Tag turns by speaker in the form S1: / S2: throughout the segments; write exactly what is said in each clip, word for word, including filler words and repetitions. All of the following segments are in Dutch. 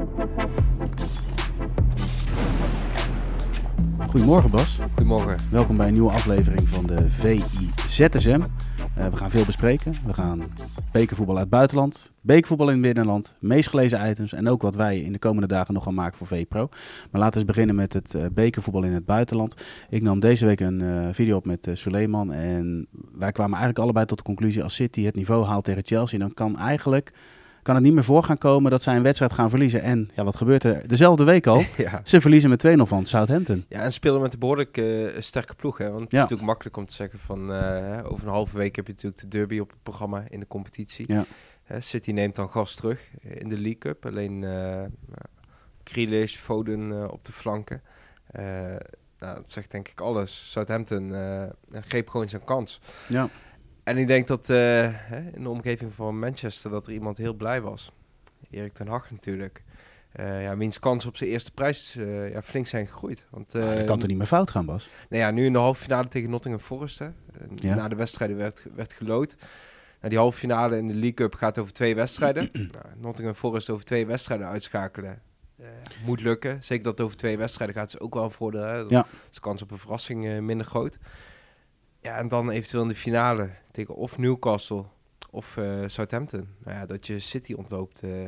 S1: Goedemorgen Bas.
S2: Goedemorgen.
S1: Welkom bij een nieuwe aflevering van de V I Z S M. Uh, we gaan veel bespreken. We gaan bekervoetbal uit het buitenland, bekervoetbal in het binnenland, meest gelezen items en ook wat wij in de komende dagen nog gaan maken voor V I Pro. Maar laten we eens beginnen met het uh, bekervoetbal in het buitenland. Ik nam deze week een uh, video op met uh, Suleiman en wij kwamen eigenlijk allebei tot de conclusie: als City het niveau haalt tegen Chelsea, dan kan eigenlijk... kan het niet meer voor gaan komen dat zij een wedstrijd gaan verliezen. En ja, wat gebeurt er? Dezelfde week al. Ja. Ze verliezen met twee nul van Southampton.
S2: Ja, en spelen met een behoorlijk uh, sterke ploeg. Hè? Want het
S1: ja.
S2: is natuurlijk makkelijk om te zeggen van... Uh, over een halve week heb je natuurlijk de derby op het programma in de competitie. Ja. Uh, City neemt dan gas terug in de League Cup. Alleen uh, Grealish, Foden uh, op de flanken. Uh, nou, dat zegt denk ik alles. Southampton uh, greep gewoon zijn kans.
S1: Ja.
S2: En ik denk dat uh, in de omgeving van Manchester dat er iemand heel blij was. Erik ten Hag natuurlijk. Uh, ja, wiens kans op zijn eerste prijs uh, ja, flink zijn gegroeid. Want, uh,
S1: ah, dat kan toch niet meer fout gaan, Bas?
S2: Nou ja, nu in de halve finale tegen Nottingham Forest. Hè. Ja. Na de wedstrijden werd, werd geloot. Nou, die halve finale in de League Cup gaat over twee wedstrijden. nou, Nottingham Forest over twee wedstrijden uitschakelen. Uh, moet lukken. Zeker dat over twee wedstrijden gaat, is ook wel een voordeel. Hè. Dan ja. is de kans op een verrassing uh, minder groot. Ja, en dan eventueel in de finale tegen of Newcastle of uh, Southampton. Nou ja, dat je City ontloopt, uh, uh,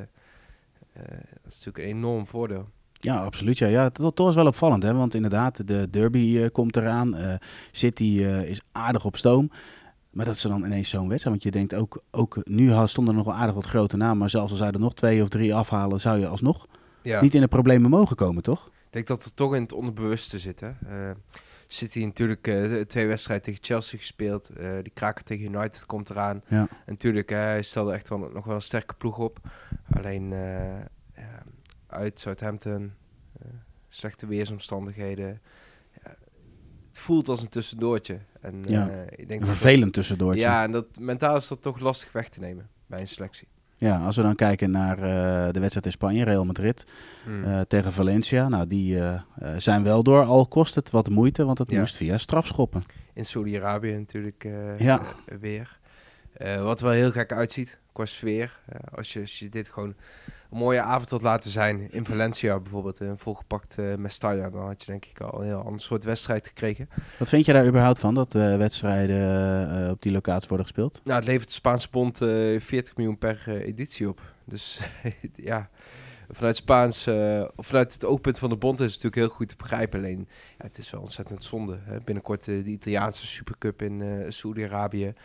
S2: dat is natuurlijk een enorm voordeel.
S1: Ja, absoluut. Ja, ja dat, dat is wel opvallend, hè? Want inderdaad, de derby uh, komt eraan. Uh, City uh, is aardig op stoom. Maar dat ze dan ineens zo'n wedstrijd. Want je denkt ook, ook nu stonden er nog wel aardig wat grote namen. Maar zelfs al zou er nog twee of drie afhalen, zou je alsnog ja. niet in de problemen mogen komen, toch?
S2: Ik denk dat er toch in het onderbewuste zit, hè. Uh, City natuurlijk uh, twee wedstrijden tegen Chelsea gespeeld. Uh, die kraker tegen United komt eraan. Ja. En natuurlijk, uh, hij stelde echt wel, nog wel een sterke ploeg op. Alleen uh, ja, uit Southampton, uh, slechte weersomstandigheden. Ja, het voelt als een tussendoortje. En, uh,
S1: ja.
S2: ik denk
S1: een vervelend dat, tussendoortje.
S2: Ja, en dat, mentaal is dat toch lastig weg te nemen bij een selectie.
S1: Ja, als we dan kijken naar uh, de wedstrijd in Spanje, Real Madrid hmm. uh, tegen Valencia. Nou, die uh, uh, zijn wel door, al kost het wat moeite, want het ja. moest via strafschoppen.
S2: In Saudi-Arabië natuurlijk uh, ja. uh, weer. Uh, wat er wel heel gek uitziet qua sfeer. Uh, als, je, als je dit gewoon een mooie avond had laten zijn in Valencia bijvoorbeeld, een volgepakt uh, Mestalla, dan had je denk ik al een heel ander soort wedstrijd gekregen.
S1: Wat vind je daar überhaupt van, dat uh, wedstrijden uh, op die locatie worden gespeeld?
S2: Nou, het levert de Spaanse bond uh, veertig miljoen per uh, editie op. Dus ja, vanuit Spaans, uh, of vanuit het oogpunt van de bond is het natuurlijk heel goed te begrijpen. Alleen, ja, het is wel ontzettend zonde. Hè? Binnenkort uh, de Italiaanse Supercup in uh, Saudi-Arabië.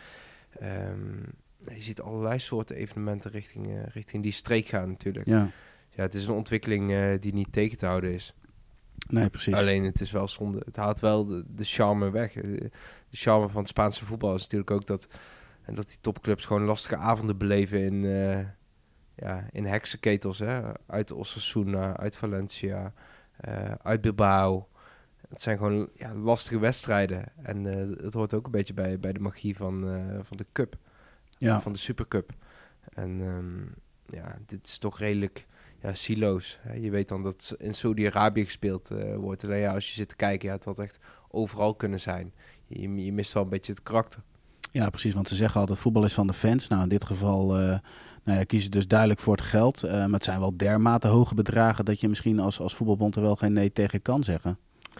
S2: Um, je ziet allerlei soorten evenementen richting, uh, richting die streek gaan natuurlijk. Ja. Ja, het is een ontwikkeling uh, die niet tegen te houden is.
S1: Nee, precies.
S2: Alleen het is wel zonde. Het haalt wel de, de charme weg. De charme van het Spaanse voetbal is natuurlijk ook dat, en dat die topclubs gewoon lastige avonden beleven in, uh, ja, in heksenketels. Hè? Uit Osasuna, uit Valencia, uh, uit Bilbao. Het zijn gewoon ja, lastige wedstrijden. En uh, het hoort ook een beetje bij, bij de magie van, uh, van de cup. Ja. Van de Supercup. En um, ja, dit is toch redelijk ja, siloos. Hè? Je weet dan dat in Saudi-Arabië gespeeld uh, wordt. En ja, als je zit te kijken, ja, het had echt overal kunnen zijn. Je, je mist wel een beetje het karakter.
S1: Ja, precies. Want ze zeggen altijd voetbal is van de fans. Nou, in dit geval uh, nou ja, kiezen dus duidelijk voor het geld. Uh, maar het zijn wel dermate hoge bedragen dat je misschien als, als voetbalbond er wel geen nee tegen kan zeggen.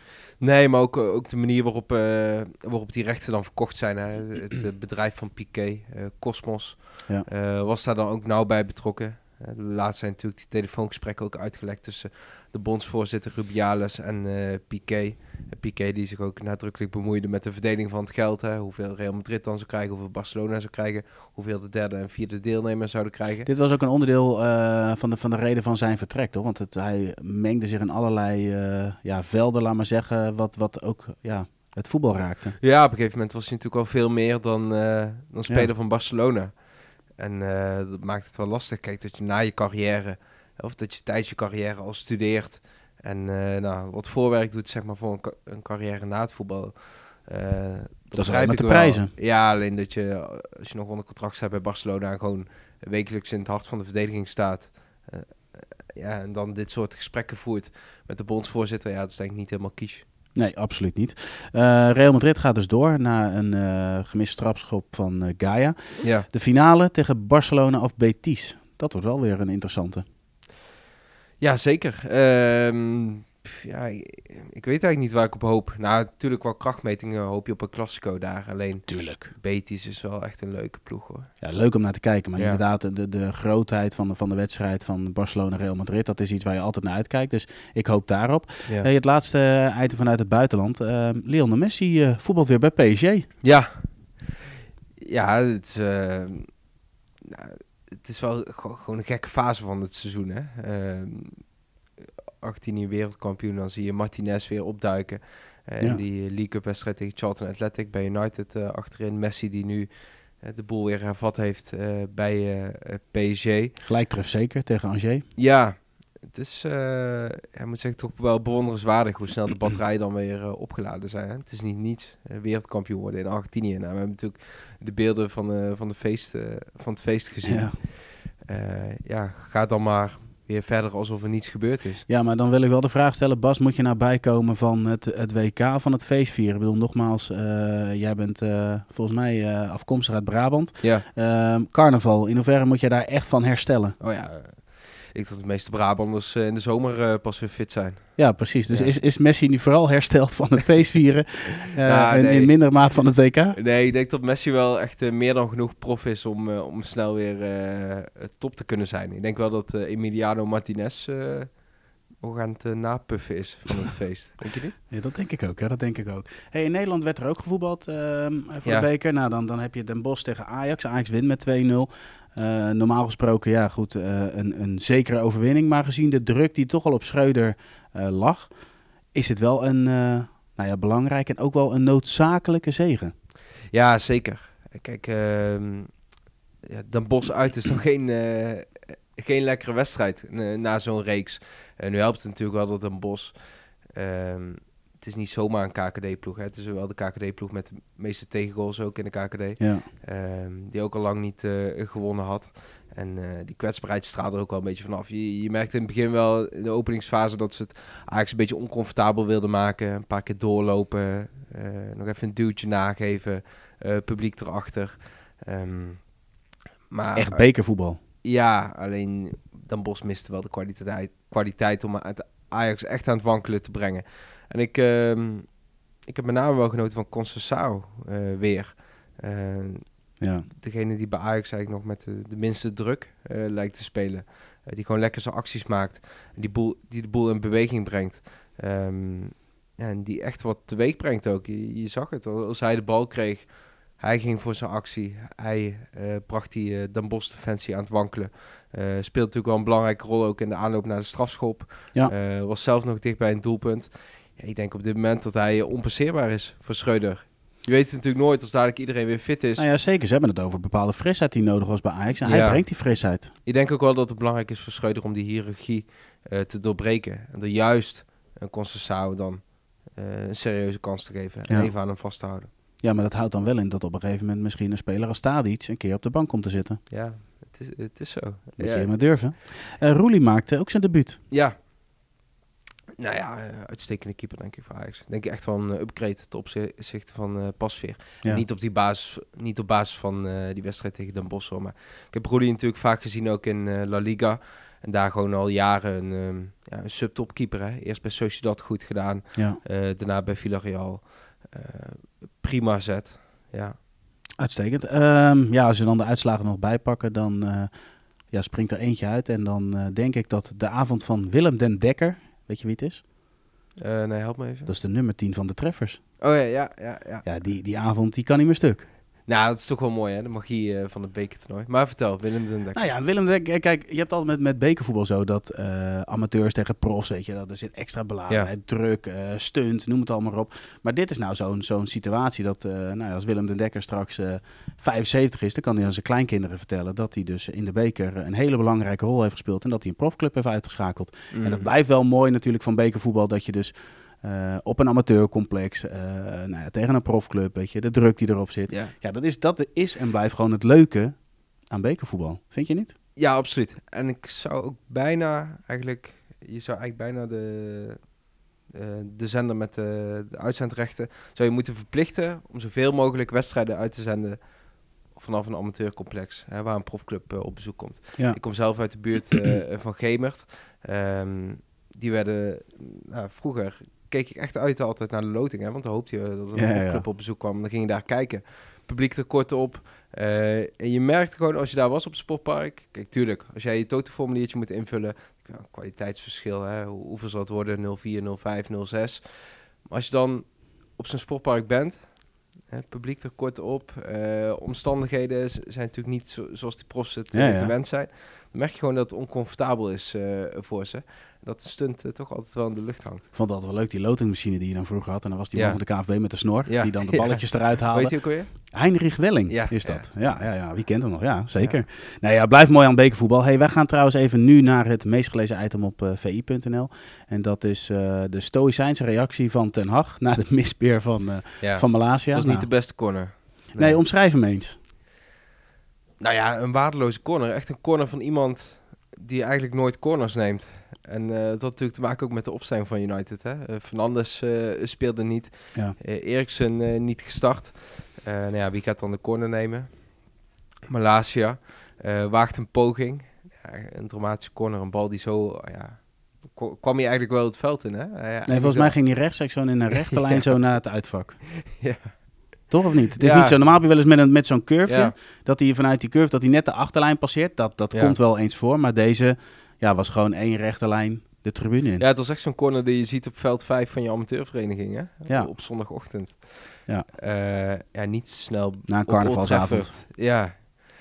S2: Nee, maar ook, ook de manier waarop, uh, waarop die rechten dan verkocht zijn. Hè. Het uh, bedrijf van Piqué, uh, Cosmos, ja. uh, was daar dan ook nauw bij betrokken. Uh, laatst zijn natuurlijk die telefoongesprekken ook uitgelekt tussen de bondsvoorzitter Rubiales en uh, Piqué. Uh, Piqué die zich ook nadrukkelijk bemoeide met de verdeling van het geld. Hè. Hoeveel Real Madrid dan zou krijgen, hoeveel Barcelona zou krijgen, hoeveel de derde en vierde deelnemers zouden krijgen.
S1: Dit was ook een onderdeel uh, van, de, van de reden van zijn vertrek, toch? Want het, hij mengde zich in allerlei uh, ja, velden, laat maar zeggen, wat, wat ook ja, het voetbal raakte.
S2: Ja, op een gegeven moment was hij natuurlijk al veel meer dan, uh, dan speler ja. van Barcelona. En uh, dat maakt het wel lastig. Kijk, dat je na je carrière, of dat je tijdens je carrière al studeert en uh, nou, wat voorwerk doet, zeg maar, voor een, een carrière na het voetbal. Uh,
S1: dat is alleen te prijzen.
S2: Ja, alleen dat je, als je nog onder contract staat bij Barcelona en gewoon wekelijks in het hart van de verdediging staat, uh, ja, en dan dit soort gesprekken voert met de bondsvoorzitter, ja, dat is denk ik niet helemaal kies.
S1: Nee, absoluut niet. Uh, Real Madrid gaat dus door na een uh, gemist strafschop van uh, Gaia. Ja. De finale tegen Barcelona of Betis. Dat wordt wel weer een interessante.
S2: Ja, zeker. Ehm, pff, ja, ik, ik weet eigenlijk niet waar ik op hoop. Nou, natuurlijk wel krachtmetingen hoop je op een Classico daar. Alleen
S1: Tuurlijk.
S2: Betis is wel echt een leuke ploeg, hoor.
S1: Ja, leuk om naar te kijken. Maar
S2: Ja.
S1: inderdaad, de, de grootheid van de, van de wedstrijd van Barcelona-Real Madrid, dat is iets waar je altijd naar uitkijkt. Dus ik hoop daarop.
S2: Ja,
S1: Hey, het laatste item vanuit het buitenland. Uh, Lionel Messi uh, voetbalt weer bij P S G.
S2: ja. ja het, is, uh, nou, het is wel go- gewoon een gekke fase van het seizoen, hè. Uh, achttien wereldkampioen, dan zie je Martinez weer opduiken. Uh,
S1: Ja.
S2: in die League Cup wedstrijd tegen Charlton Athletic bij United uh, achterin. Messi die nu uh, de boel weer hervat heeft uh, bij uh, P S G.
S1: Gelijk tref zeker tegen Angers.
S2: Ja, het is, uh, ik moet zeggen, toch wel bewonderenswaardig hoe snel de batterijen dan weer uh, opgeladen zijn. Hè? Het is niet niets, uh, wereldkampioen worden in Argentinië. Nou, we hebben natuurlijk de beelden van, uh, van, de feest, uh, van het feest gezien.
S1: Ja.
S2: Uh, ja, ga dan maar weer verder alsof er niets gebeurd is.
S1: Ja, maar dan wil ik wel de vraag stellen, Bas, moet je nou bijkomen van het, het W K, van het feestvieren? Ik bedoel, nogmaals, uh, jij bent uh, volgens mij uh, afkomstig uit Brabant.
S2: Ja.
S1: Uh, carnaval, in hoeverre moet jij daar echt van herstellen?
S2: Oh ja, uh, ik denk dat de meeste Brabanders uh, in de zomer uh, pas weer fit zijn.
S1: Ja, precies. Dus
S2: ja.
S1: is, is Messi nu vooral hersteld van het feestvieren uh,
S2: nou,
S1: en
S2: nee.
S1: in mindere maat van het W K?
S2: Nee, ik denk dat Messi wel echt uh, meer dan genoeg prof is om, uh, om snel weer uh, top te kunnen zijn. Ik denk wel dat uh, Emiliano Martinez uh, nog aan het uh, napuffen is van het feest. Denk je niet?
S1: Ja, dat denk ik ook. Hè? Dat denk ik ook. Hey, in Nederland werd er ook gevoetbald uh, voor
S2: ja.
S1: de beker. Nou, dan, dan heb je Den Bosch tegen Ajax. Ajax wint met twee nul. Uh, normaal gesproken, ja goed, uh, een, een zekere overwinning. Maar gezien de druk die toch al op Schreuder uh, lag, is het wel een uh, nou ja, belangrijk en ook wel een noodzakelijke zege.
S2: Ja, zeker. Kijk, uh, ja, Den Bosch uit is nog geen, uh, geen lekkere wedstrijd uh, na zo'n reeks. Uh, nu helpt het natuurlijk wel dat Den Bosch... Uh, het is niet zomaar een K K D-ploeg. Hè. Het is wel de K K D-ploeg met de meeste tegengoals ook in de K K D.
S1: Ja.
S2: Um, die ook al lang niet uh, gewonnen had. En uh, die kwetsbaarheid straalde er ook wel een beetje vanaf. Je, je merkte in het begin wel in de openingsfase dat ze het eigenlijk een beetje oncomfortabel wilden maken. Een paar keer doorlopen. Uh, nog even een duwtje nageven. Uh, publiek erachter. Um, maar,
S1: Echt bekervoetbal.
S2: Uh, ja, alleen Den Bosch miste wel de kwaliteit, kwaliteit om het Ajax echt aan het wankelen te brengen. En ik, uh, ik heb met name wel genoten van Conceição uh, weer. Uh,
S1: ja.
S2: Degene die bij Ajax eigenlijk nog met de, de minste druk uh, lijkt te spelen. Uh, die gewoon lekker zijn acties maakt. En die, boel, die de boel in beweging brengt. Um, ja, en die echt wat teweeg brengt ook. Je, je zag het. Als hij de bal kreeg, hij ging voor zijn actie. Hij uh, bracht die uh, Den Bosch defensie aan het wankelen. Uh, speelt natuurlijk wel een belangrijke rol ook in de aanloop naar de strafschop.
S1: Ja.
S2: Uh, was zelf nog dicht bij een doelpunt. Ja, ik denk op dit moment dat hij onpasseerbaar is voor Schreuder. Je weet het natuurlijk nooit als dadelijk iedereen weer fit is.
S1: Nou ja, zeker. Ze hebben het over bepaalde frisheid die nodig was bij Ajax. En
S2: ja.
S1: hij brengt die frisheid.
S2: Ik denk ook wel dat het belangrijk is voor Schreuder om die hiërarchie uh, te doorbreken. En er juist een Conceição dan uh, een serieuze kans te geven. En
S1: ja.
S2: even aan hem vast te houden.
S1: Ja, maar dat houdt dan wel in dat op een gegeven moment misschien een speler als Tadic een keer op de bank komt te zitten.
S2: Ja, het is, het is zo.
S1: Moet
S2: ja.
S1: je maar durven. Uh, Roelie maakte ook zijn debuut.
S2: Ja. Nou ja, uh, uitstekende keeper denk ik voor Ajax. Denk ik echt wel een upgrade ten opzichte van uh, Pasveer. Ja. Niet op die basis, niet op basis van uh, die wedstrijd tegen Den Bosch. Maar ik heb Roelie natuurlijk vaak gezien ook in uh, La Liga. En daar gewoon al jaren een, um, ja, een subtopkeeper. Hè. Eerst bij Sociedad goed gedaan.
S1: Ja.
S2: Uh, daarna bij Villarreal. Uh, prima zet. Ja.
S1: Uitstekend. Um, ja, als je dan de uitslagen nog bijpakken, dan uh, ja, springt er eentje uit. En dan uh, denk ik dat de avond van Willem den Dekker, weet je wie het is?
S2: Uh, nee, help me even.
S1: Dat is de nummer tien van de treffers.
S2: Oh ja, ja, ja. Ja,
S1: ja die, die avond die kan niet meer stuk.
S2: Nou, dat is toch wel mooi, hè? De magie uh, van het bekertoernooi. Maar vertel, Willem den Dekker.
S1: Nou ja, Willem den Dekker, kijk, je hebt altijd met, met bekervoetbal zo dat uh, amateurs tegen profs, weet je, dat er zit extra beladenheid, ja. druk, uh, stunt, noem het allemaal op. Maar dit is nou zo'n zo'n situatie dat, uh, nou ja, als Willem den Dekker straks uh, vijfenzeventig is, dan kan hij aan zijn kleinkinderen vertellen dat hij dus in de beker een hele belangrijke rol heeft gespeeld en dat hij een profclub heeft uitgeschakeld. Mm. En dat blijft wel mooi natuurlijk van bekervoetbal, dat je dus Uh, op een amateurcomplex, uh, nou ja, tegen een profclub, weet je, de druk die erop zit.
S2: Ja,
S1: ja dat, is, dat is en blijft gewoon het leuke aan bekervoetbal. Vind je niet?
S2: Ja, absoluut. En ik zou ook bijna, eigenlijk, je zou eigenlijk bijna de, uh, de zender met de, de uitzendrechten, zou je moeten verplichten om zoveel mogelijk wedstrijden uit te zenden vanaf een amateurcomplex, hè, waar een profclub uh, op bezoek komt.
S1: Ja.
S2: Ik kom zelf uit de buurt uh, van Gemert. Um, die werden, nou, vroeger keek ik echt uit altijd naar de loting, hè, want dan hoopte je dat er een
S1: Ja,
S2: profclub
S1: ja.
S2: op bezoek kwam. Dan ging je daar kijken. Publiek tekort op. Uh, en je merkte gewoon als je daar was op het sportpark. Kijk, tuurlijk, als jij je totoformuliertje moet invullen, nou, kwaliteitsverschil, hè, hoe, hoeveel zal het worden? nul vier, nul vijf, nul zes. Maar als je dan op zo'n sportpark bent, het publiek er kort op, uh, omstandigheden z- zijn natuurlijk niet zo, zoals die profs het uh,
S1: Ja, ja.
S2: gewend zijn. Dan merk je gewoon dat het oncomfortabel is uh, voor ze. Dat de stunt uh, toch altijd wel in de lucht hangt.
S1: Ik vond dat wel leuk, die lotingmachine die je dan vroeger had. En dan was die
S2: Ja.
S1: man van de K N V B met de snor,
S2: Ja.
S1: die dan de balletjes
S2: Ja.
S1: eruit haalde.
S2: Weet je ook alweer?
S1: Heinrich Welling
S2: Ja,
S1: is dat. Ja.
S2: ja.
S1: Ja, ja, wie kent hem nog? Ja, zeker.
S2: Ja.
S1: Nou ja, blijft mooi aan bekervoetbal. Hey, wij gaan trouwens even nu naar het meest gelezen item op uh, v i punt n l. En dat is uh, de stoïcijnse reactie van Ten Hag na de mispeer van, uh,
S2: Ja.
S1: van Malaysia.
S2: Het was
S1: nou,
S2: niet de beste corner.
S1: Nee, nee omschrijf hem eens.
S2: Nou ja, een waardeloze corner. Echt een corner van iemand die eigenlijk nooit corners neemt. En uh, dat had natuurlijk te maken ook met de opstelling van United. Hè? Uh, Fernandes uh, speelde niet.
S1: Ja.
S2: Uh, Eriksen uh, niet gestart. Uh, nou ja, wie gaat dan de corner nemen? Malaysia uh, waagt een poging. Ja, een dramatische corner, een bal die zo... Uh, ja, ko- kwam hij eigenlijk wel het veld in, hè? Uh, ja,
S1: Nee, volgens mij ging hij rechtstreeks zo in een rechte lijn
S2: Ja.
S1: zo naar het uitvak.
S2: Ja.
S1: Toch of niet? Het is
S2: Ja.
S1: niet zo. Normaal heb je wel eens met, een, met zo'n curve,
S2: Ja.
S1: dat hij vanuit die curve, dat hij net de achterlijn passeert. Dat, dat
S2: Ja.
S1: komt wel eens voor, maar deze ja, was gewoon één rechte lijn de tribune in.
S2: Ja, het was echt zo'n corner die je ziet op veld vijf van je amateurvereniging, hè?
S1: Ja.
S2: Op zondagochtend.
S1: Ja.
S2: Uh, ja, niet snel
S1: Na een
S2: op
S1: carnavalsavond.
S2: Old Trafford. Ja.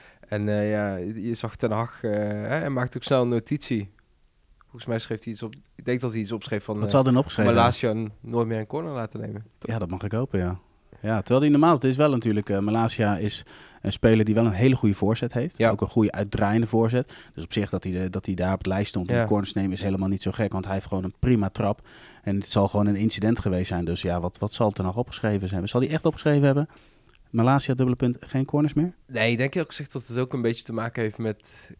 S2: En uh, ja, je zag Ten Hag, uh, hij maakte ook snel een notitie. Volgens mij schreef hij iets op. Ik denk dat hij iets opschreef van
S1: Wat
S2: uh,
S1: zal er opgeschreven?
S2: Malaysia n- nooit meer een corner laten nemen.
S1: Ja, dat mag ik hopen, ja. Ja, terwijl die normaal, het is wel natuurlijk, uh, Malaysia is een speler die wel een hele goede voorzet heeft.
S2: Ja.
S1: Ook een goede uitdraaiende voorzet. Dus op zich dat hij, de, dat hij daar op het lijst stond om
S2: Ja.
S1: de corners te nemen is helemaal niet zo gek. Want hij heeft gewoon een prima trap. En het zal gewoon een incident geweest zijn. Dus ja, wat, wat zal het er nog opgeschreven zijn? Zal hij echt opgeschreven hebben? Malaysia, dubbele punt, geen corners meer?
S2: Nee, ik denk eerlijk gezegd dat het ook een beetje te maken heeft met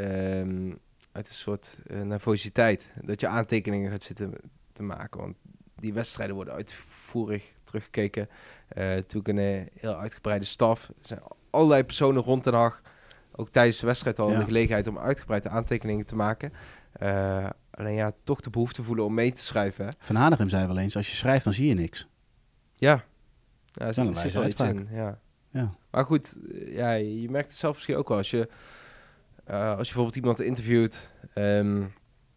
S2: um, uit een soort uh, nervositeit. Dat je aantekeningen gaat zitten te maken. Want die wedstrijden worden uitvoerig teruggekeken. Uh, natuurlijk een uh, heel uitgebreide staf. Er zijn allerlei personen rond Ten Hag. Ook tijdens de wedstrijd al
S1: Ja.
S2: de gelegenheid om uitgebreide aantekeningen te maken. Uh, alleen ja, toch de behoefte voelen om mee te schrijven. Hè?
S1: Van Hanegem zei wel eens, als je schrijft dan zie je niks.
S2: Ja, ja er
S1: Wel een
S2: zit
S1: wijze
S2: wel iets
S1: uitspraak.
S2: in. Ja.
S1: Ja.
S2: Maar goed, uh, ja, je merkt het zelf misschien ook wel. Als je, uh, als je bijvoorbeeld iemand interviewt... Um,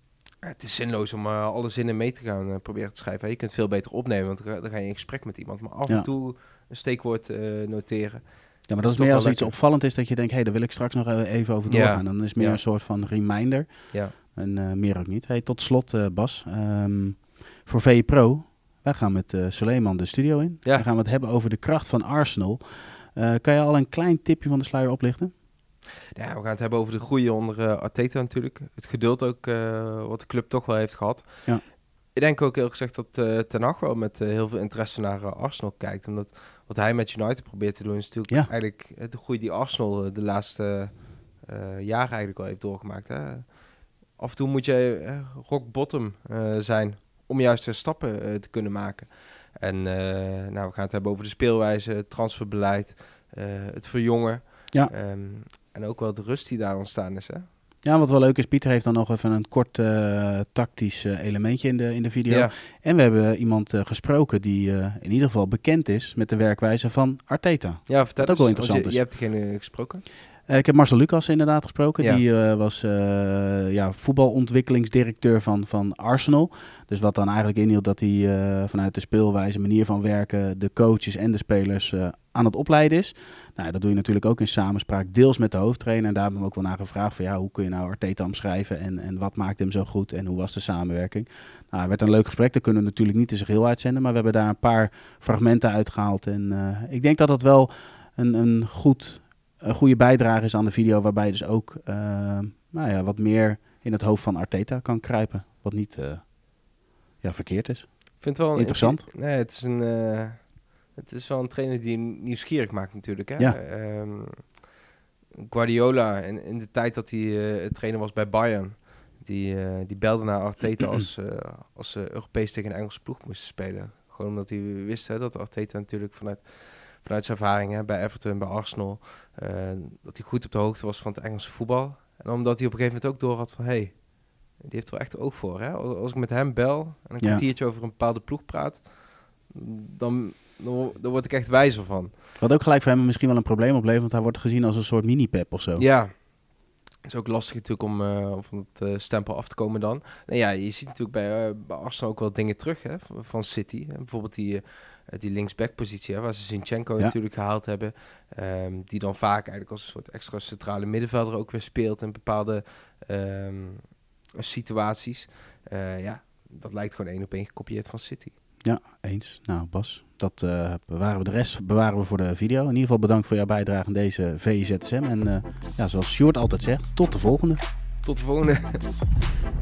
S2: het is zinloos om uh, alle zinnen mee te gaan uh, proberen te schrijven. Je kunt veel beter opnemen, want dan ga, dan ga je in gesprek met iemand. Maar af
S1: Ja.
S2: en toe een steekwoord uh, noteren.
S1: Ja, maar
S2: Dat
S1: dat
S2: is
S1: is
S2: toch
S1: meer als
S2: wel
S1: iets
S2: lekker.
S1: opvallend is dat je denkt, hé, hey, daar wil ik straks nog even over
S2: Ja.
S1: doorgaan. Dan is het meer
S2: Ja.
S1: een soort van reminder.
S2: Ja.
S1: En uh, meer ook niet. Hey, tot slot, uh, Bas. Um, voor V I Pro, wij gaan met uh, Suleiman de studio in.
S2: Ja.
S1: Dan gaan we het hebben over de kracht van Arsenal. Uh, kan je al een klein tipje van de sluier oplichten?
S2: Ja, we gaan het hebben over de groei onder uh, Arteta natuurlijk. Het geduld ook, uh, wat de club toch wel heeft gehad.
S1: Ja.
S2: Ik denk ook heel gezegd dat uh, Ten Hag wel met uh, heel veel interesse naar uh, Arsenal kijkt. Omdat wat hij met United probeert te doen is natuurlijk
S1: Ja.
S2: eigenlijk uh, de groei die Arsenal uh, de laatste uh, jaren eigenlijk wel heeft doorgemaakt. Hè. Af en toe moet je uh, rock bottom uh, zijn om juist weer stappen uh, te kunnen maken. En uh, nou, we gaan het hebben over de speelwijze, het transferbeleid, uh, het verjongen.
S1: Ja.
S2: Um, en ook wel de rust die daar ontstaan is, hè?
S1: Ja, wat wel leuk is, Pieter heeft dan nog even een kort uh, tactisch uh, elementje in de, in de video.
S2: Ja.
S1: En we hebben iemand uh, gesproken die uh, in ieder geval bekend is met de werkwijze van Arteta.
S2: Ja, vertel
S1: Wat ook wel
S2: eens,
S1: interessant
S2: je,
S1: is.
S2: je hebt degene gesproken?
S1: Uh, ik heb Marcel Lucas inderdaad gesproken.
S2: Ja.
S1: Die uh, was uh, ja, voetbalontwikkelingsdirecteur van, van Arsenal. Dus wat dan eigenlijk inhield dat hij uh, vanuit de speelwijze, manier van werken, de coaches en de spelers uh, aan het opleiden is. Nou, dat doe je natuurlijk ook in samenspraak, deels met de hoofdtrainer. En daar hebben we ook wel naar gevraagd van ja, hoe kun je nou Arteta omschrijven en, en wat maakt hem zo goed en hoe was de samenwerking. Nou, het werd een leuk gesprek, dat kunnen we natuurlijk niet in zijn geheel uitzenden, maar we hebben daar een paar fragmenten uitgehaald. En uh, ik denk dat dat wel een, een goed... een goede bijdrage is aan de video, waarbij je dus ook uh, nou ja, wat meer in het hoofd van Arteta kan kruipen. Wat niet uh, ja, verkeerd is.
S2: Ik vind het wel een
S1: Interessant.
S2: Inter- nee, het is een uh, het is wel een trainer die nieuwsgierig maakt natuurlijk. Hè?
S1: Ja.
S2: Um, Guardiola, in, in de tijd dat hij uh, trainer was bij Bayern, die, uh, die belde naar Arteta als, uh, als uh, Europees tegen een Engelse ploeg moest spelen. Gewoon omdat hij wist hè, dat Arteta natuurlijk vanuit vanuit zijn ervaring hè, bij Everton, bij Arsenal, uh, dat hij goed op de hoogte was van het Engelse voetbal. En omdat hij op een gegeven moment ook door had van, hé, hey, die heeft er wel echt oog voor. Hè? Als ik met hem bel en een kwartiertje ja. over een bepaalde ploeg praat, dan, dan, dan word ik echt wijzer van.
S1: Wat ook gelijk voor hem misschien wel een probleem oplevert, want hij wordt gezien als een soort mini-Pep of zo.
S2: Ja. Het is ook lastig natuurlijk om, uh, om van het uh, stempel af te komen dan. En ja, je ziet natuurlijk bij, uh, bij Arsenal ook wel dingen terug hè, van, van City. En bijvoorbeeld die, uh, die linksback-positie, hè, waar ze Zinchenko ja. natuurlijk gehaald hebben. Um, die dan vaak eigenlijk als een soort extra centrale middenvelder ook weer speelt in bepaalde um, situaties. Uh, ja, dat lijkt gewoon één op één gekopieerd van City.
S1: Ja, eens. Nou, Bas, dat uh, bewaren we. De rest bewaren we voor de video. In ieder geval bedankt voor jouw bijdrage aan deze V I Z S M. En uh, ja, zoals Sjoerd altijd zegt, tot de volgende.
S2: Tot de volgende.